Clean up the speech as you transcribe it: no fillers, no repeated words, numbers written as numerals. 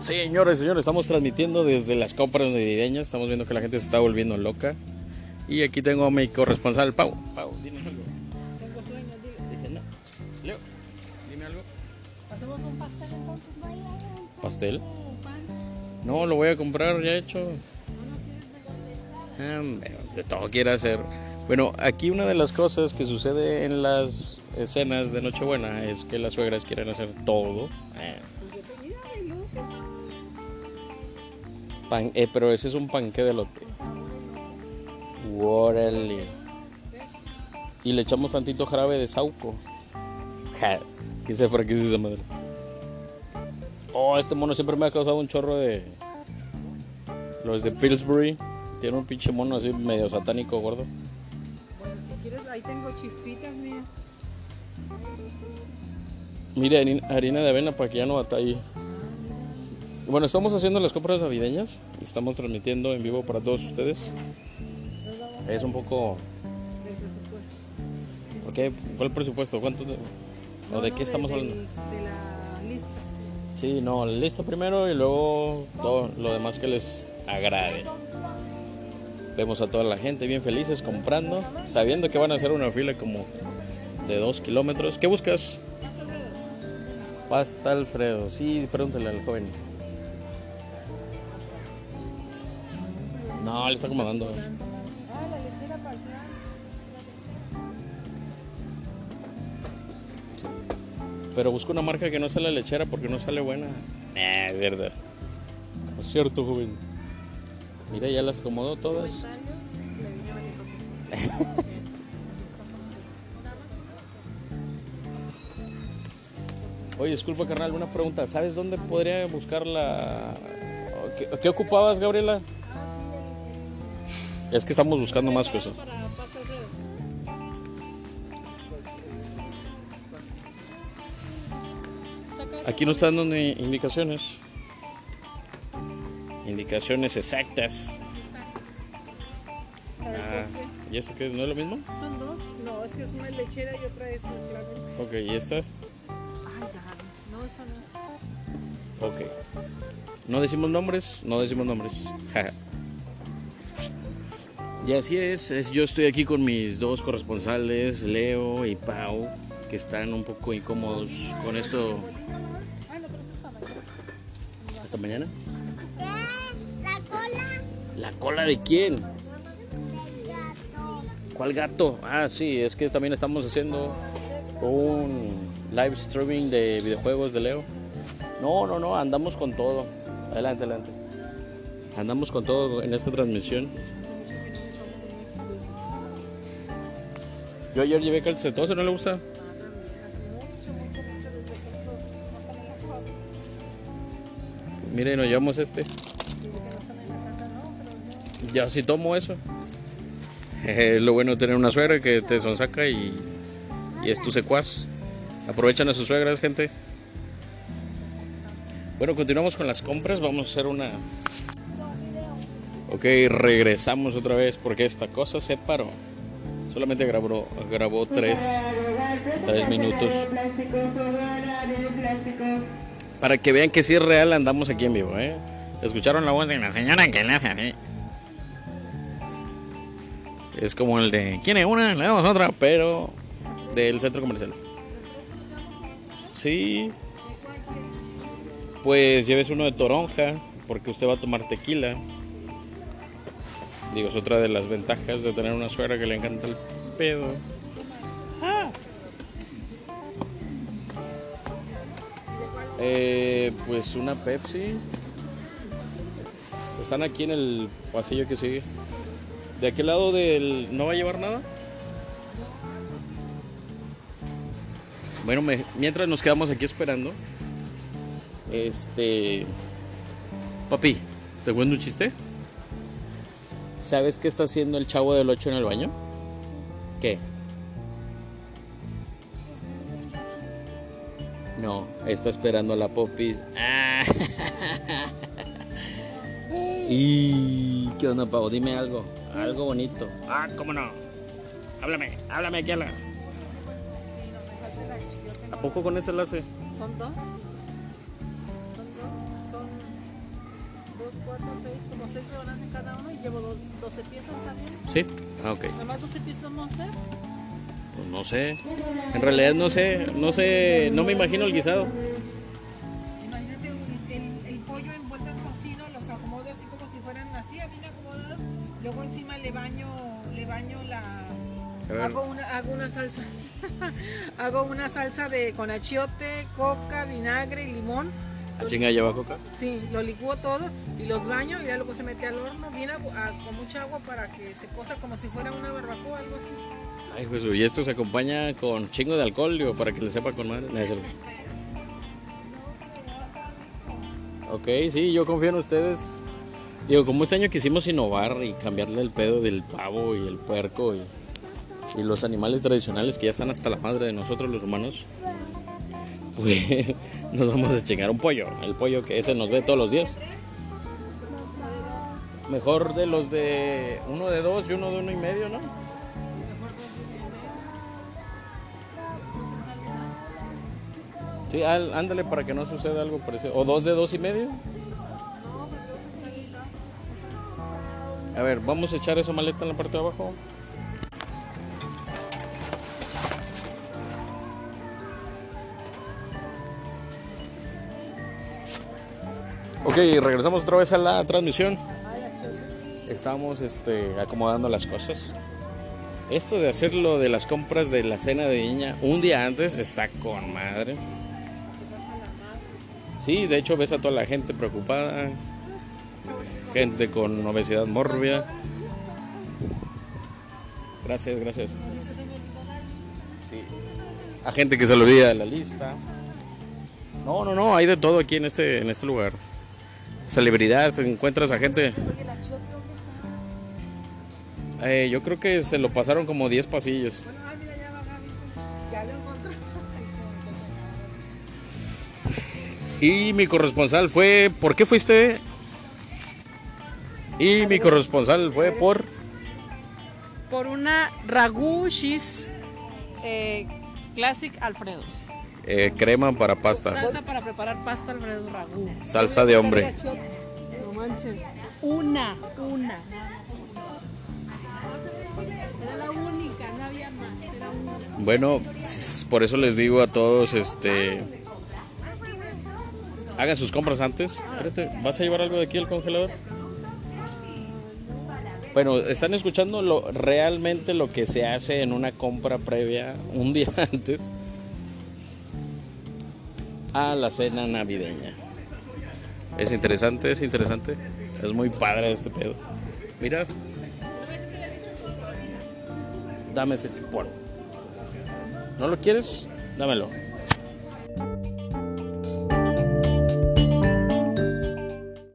Señores, señores, estamos transmitiendo desde las compras navideñas. Estamos viendo que la gente se está volviendo loca. Y aquí tengo a mi corresponsal, Pau. Pau, dime algo. Tengo sueño, Dije, no. Leo, dime algo. ¿Hacemos un pastel entonces? ¿Pastel? ¿Un pan? No, lo voy a comprar ya hecho. ¿No lo quieres de De todo quiere hacer. Bueno, aquí una de las cosas que sucede en las escenas de Nochebuena es que las suegras quieren hacer todo. Pero ese es un panqué de elote. Órale. Y le echamos tantito jarabe de sauco. ¿Qué sé para qué es esa madre? Oh, este mono siempre me ha causado un chorro de... Los de Pillsbury. Tiene un pinche mono así medio satánico, gordo. Bueno, si quieres, ahí tengo chispitas, mira. Mire, harina de avena para que ya no batalle. Bueno, estamos haciendo las compras navideñas. Estamos transmitiendo en vivo para todos ustedes. Es un poco... Del presupuesto. ¿Por qué? ¿Cuál presupuesto? ¿Cuánto? ¿O de qué estamos hablando? De la lista. Sí, no, listo primero y luego todo lo demás que les agrade. Vemos a toda la gente bien felices comprando, sabiendo que van a hacer una fila como de 2 kilómetros. ¿Qué buscas? Pasta Alfredo. Sí, pregúntale al joven. No, le está acomodando. Ah, la lechera para el plan. Pero busco una marca que no sea la lechera porque no sale buena. Es cierto. Es cierto, joven. Mira, ya las acomodó todas. Oye, disculpa, carnal, una pregunta. ¿Sabes dónde podría buscar la... ¿Qué ocupabas, Gabriela? Es que estamos buscando más cosas. Para pasta Alfredo. Aquí nos están dando indicaciones. Indicaciones exactas. Para el postre. ¿Y esto qué es? ¿No es lo mismo? Son dos. No, es que es una lechera y otra es la clave. Ok, ¿y esta? Ay, ya. No, esa no. Ok. No decimos nombres, no decimos nombres. Jaja. Y así es, yo estoy aquí con mis dos corresponsales, Leo y Pau, que están un poco incómodos con esto. Ay, no, pero eso está mal. ¿Hasta mañana? ¿Qué? ¿La cola? ¿La cola de quién? Del gato. ¿Cuál gato? Ah, sí, es que también estamos haciendo un live streaming de videojuegos de Leo. No, andamos con todo. Adelante. Andamos con todo en esta transmisión. Yo ayer llevé calcetose, ¿no le gusta? Miren, nos llevamos este. Ya si tomo eso. Lo bueno de tener una suegra que te sonsaca y es tu secuaz. Aprovechan a sus suegras, gente. Bueno, continuamos con las compras. Vamos a hacer una... Ok, regresamos otra vez porque esta cosa se paró. Solamente grabó 3 minutos. Para que vean que sí es real, andamos aquí en vivo, ¿eh? ¿Escucharon la voz de la señora que le hace así? Es como el de ¿quiere una? Le damos otra, pero del centro comercial. Sí. Pues lleves uno de toronja, porque usted va a tomar tequila. Digo, es otra de las ventajas de tener una suegra que le encanta el pedo. Pues una Pepsi. Están aquí en el pasillo que sigue. ¿De aquel lado del... no va a llevar nada? Bueno, mientras nos quedamos aquí esperando. Papi, ¿te cuento un chiste? ¿Sabes qué está haciendo el Chavo del 8 en el baño? ¿Qué? No, está esperando a la Popis. ¿Y qué onda, Pau? Dime algo bonito. ¿Cómo no? Háblame aquí, habla. ¿A poco con ese enlace? ¿Son dos? Son 4, 6, como 6 rebanadas en cada uno y llevo 12 piezas también. ¿Sí? Ah, ok. Nada más 12 piezas vamos a hacer. Pues no sé. En realidad no sé, no me imagino el guisado. Imagínate el pollo envuelto en tocino, los acomodo así como si fueran así, bien acomodados. Luego encima le baño la... Hago una salsa. Hago una salsa con achiote, coca, vinagre y limón. ¿A chinga lleva coca? Sí, lo licúo todo y los baño y ya luego se mete al horno bien con mucha agua para que se cosa como si fuera una barbacoa, algo así. Ay, Jesús, y esto se acompaña con chingo de alcohol, digo, para que le sepa con madre. No, es cierto. Ok, sí, yo confío en ustedes. Digo, como este año quisimos innovar y cambiarle el pedo del pavo y el puerco y los animales tradicionales que ya están hasta la madre de nosotros los humanos, pues nos vamos a chingar un pollo. El pollo que ese nos ve todos los días. Mejor de los de uno de 2 y uno de 1.5, ¿no? Sí, ándale para que no suceda algo parecido. ¿O 2 de 2.5? A ver, vamos a echar esa maleta en la parte de abajo. Ok, regresamos otra vez a la transmisión. Estamos acomodando las cosas. Esto de hacerlo de las compras de la cena de niña un día antes está con madre. Sí, de hecho ves a toda la gente preocupada, gente con obesidad mórbida. Gracias. Sí. A gente que se le olvida de la lista. No, hay de todo aquí en este lugar. Celebridades, encuentras a gente. Yo creo que se lo pasaron como 10 pasillos. Mira, ya va Gaby. Ya lo encontré. Y mi corresponsal fue... ¿Por qué fuiste? Y mi corresponsal fue por una Ragu Cheese Classic Alfredos. Crema para pasta. Salsa para preparar pasta Alfredo Ragu. Salsa de hombre. No manches. Una. Era la única, no había más. Era una. Bueno, por eso les digo a todos, hagan sus compras antes. Espérate, ¿vas a llevar algo de aquí al congelador? Bueno, están escuchando realmente lo que se hace en una compra previa un día antes a la cena navideña. Es interesante. Es muy padre este pedo. Mira. Dame ese chupón. ¿No lo quieres? Dámelo.